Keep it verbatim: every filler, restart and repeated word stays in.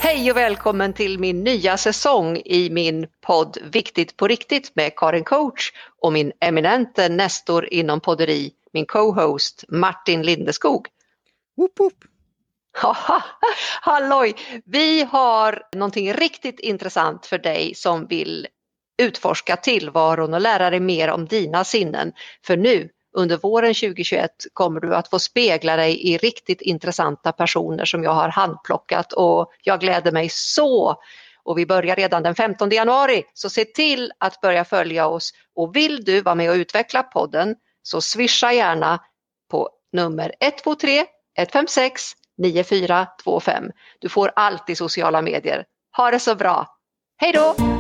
Hej och välkommen till min nya säsong i min podd Viktigt på riktigt med Karin Coach och min eminente nestor inom podderi, min co-host Martin Lindeskog. Woop woop. Halloj! Vi har någonting riktigt intressant för dig som vill utforska tillvaron och lära dig mer om dina sinnen. För nu under våren tjugohundratjugoett kommer du att få spegla dig i riktigt intressanta personer som jag har handplockat och jag gläder mig så. Och vi börjar redan den femtonde januari, så se till att börja följa oss. Och vill du vara med och utveckla podden så swisha gärna på nummer ett två tre ett fem sex nio fyra två fem. Du får allt i sociala medier. Ha det så bra. Hej då!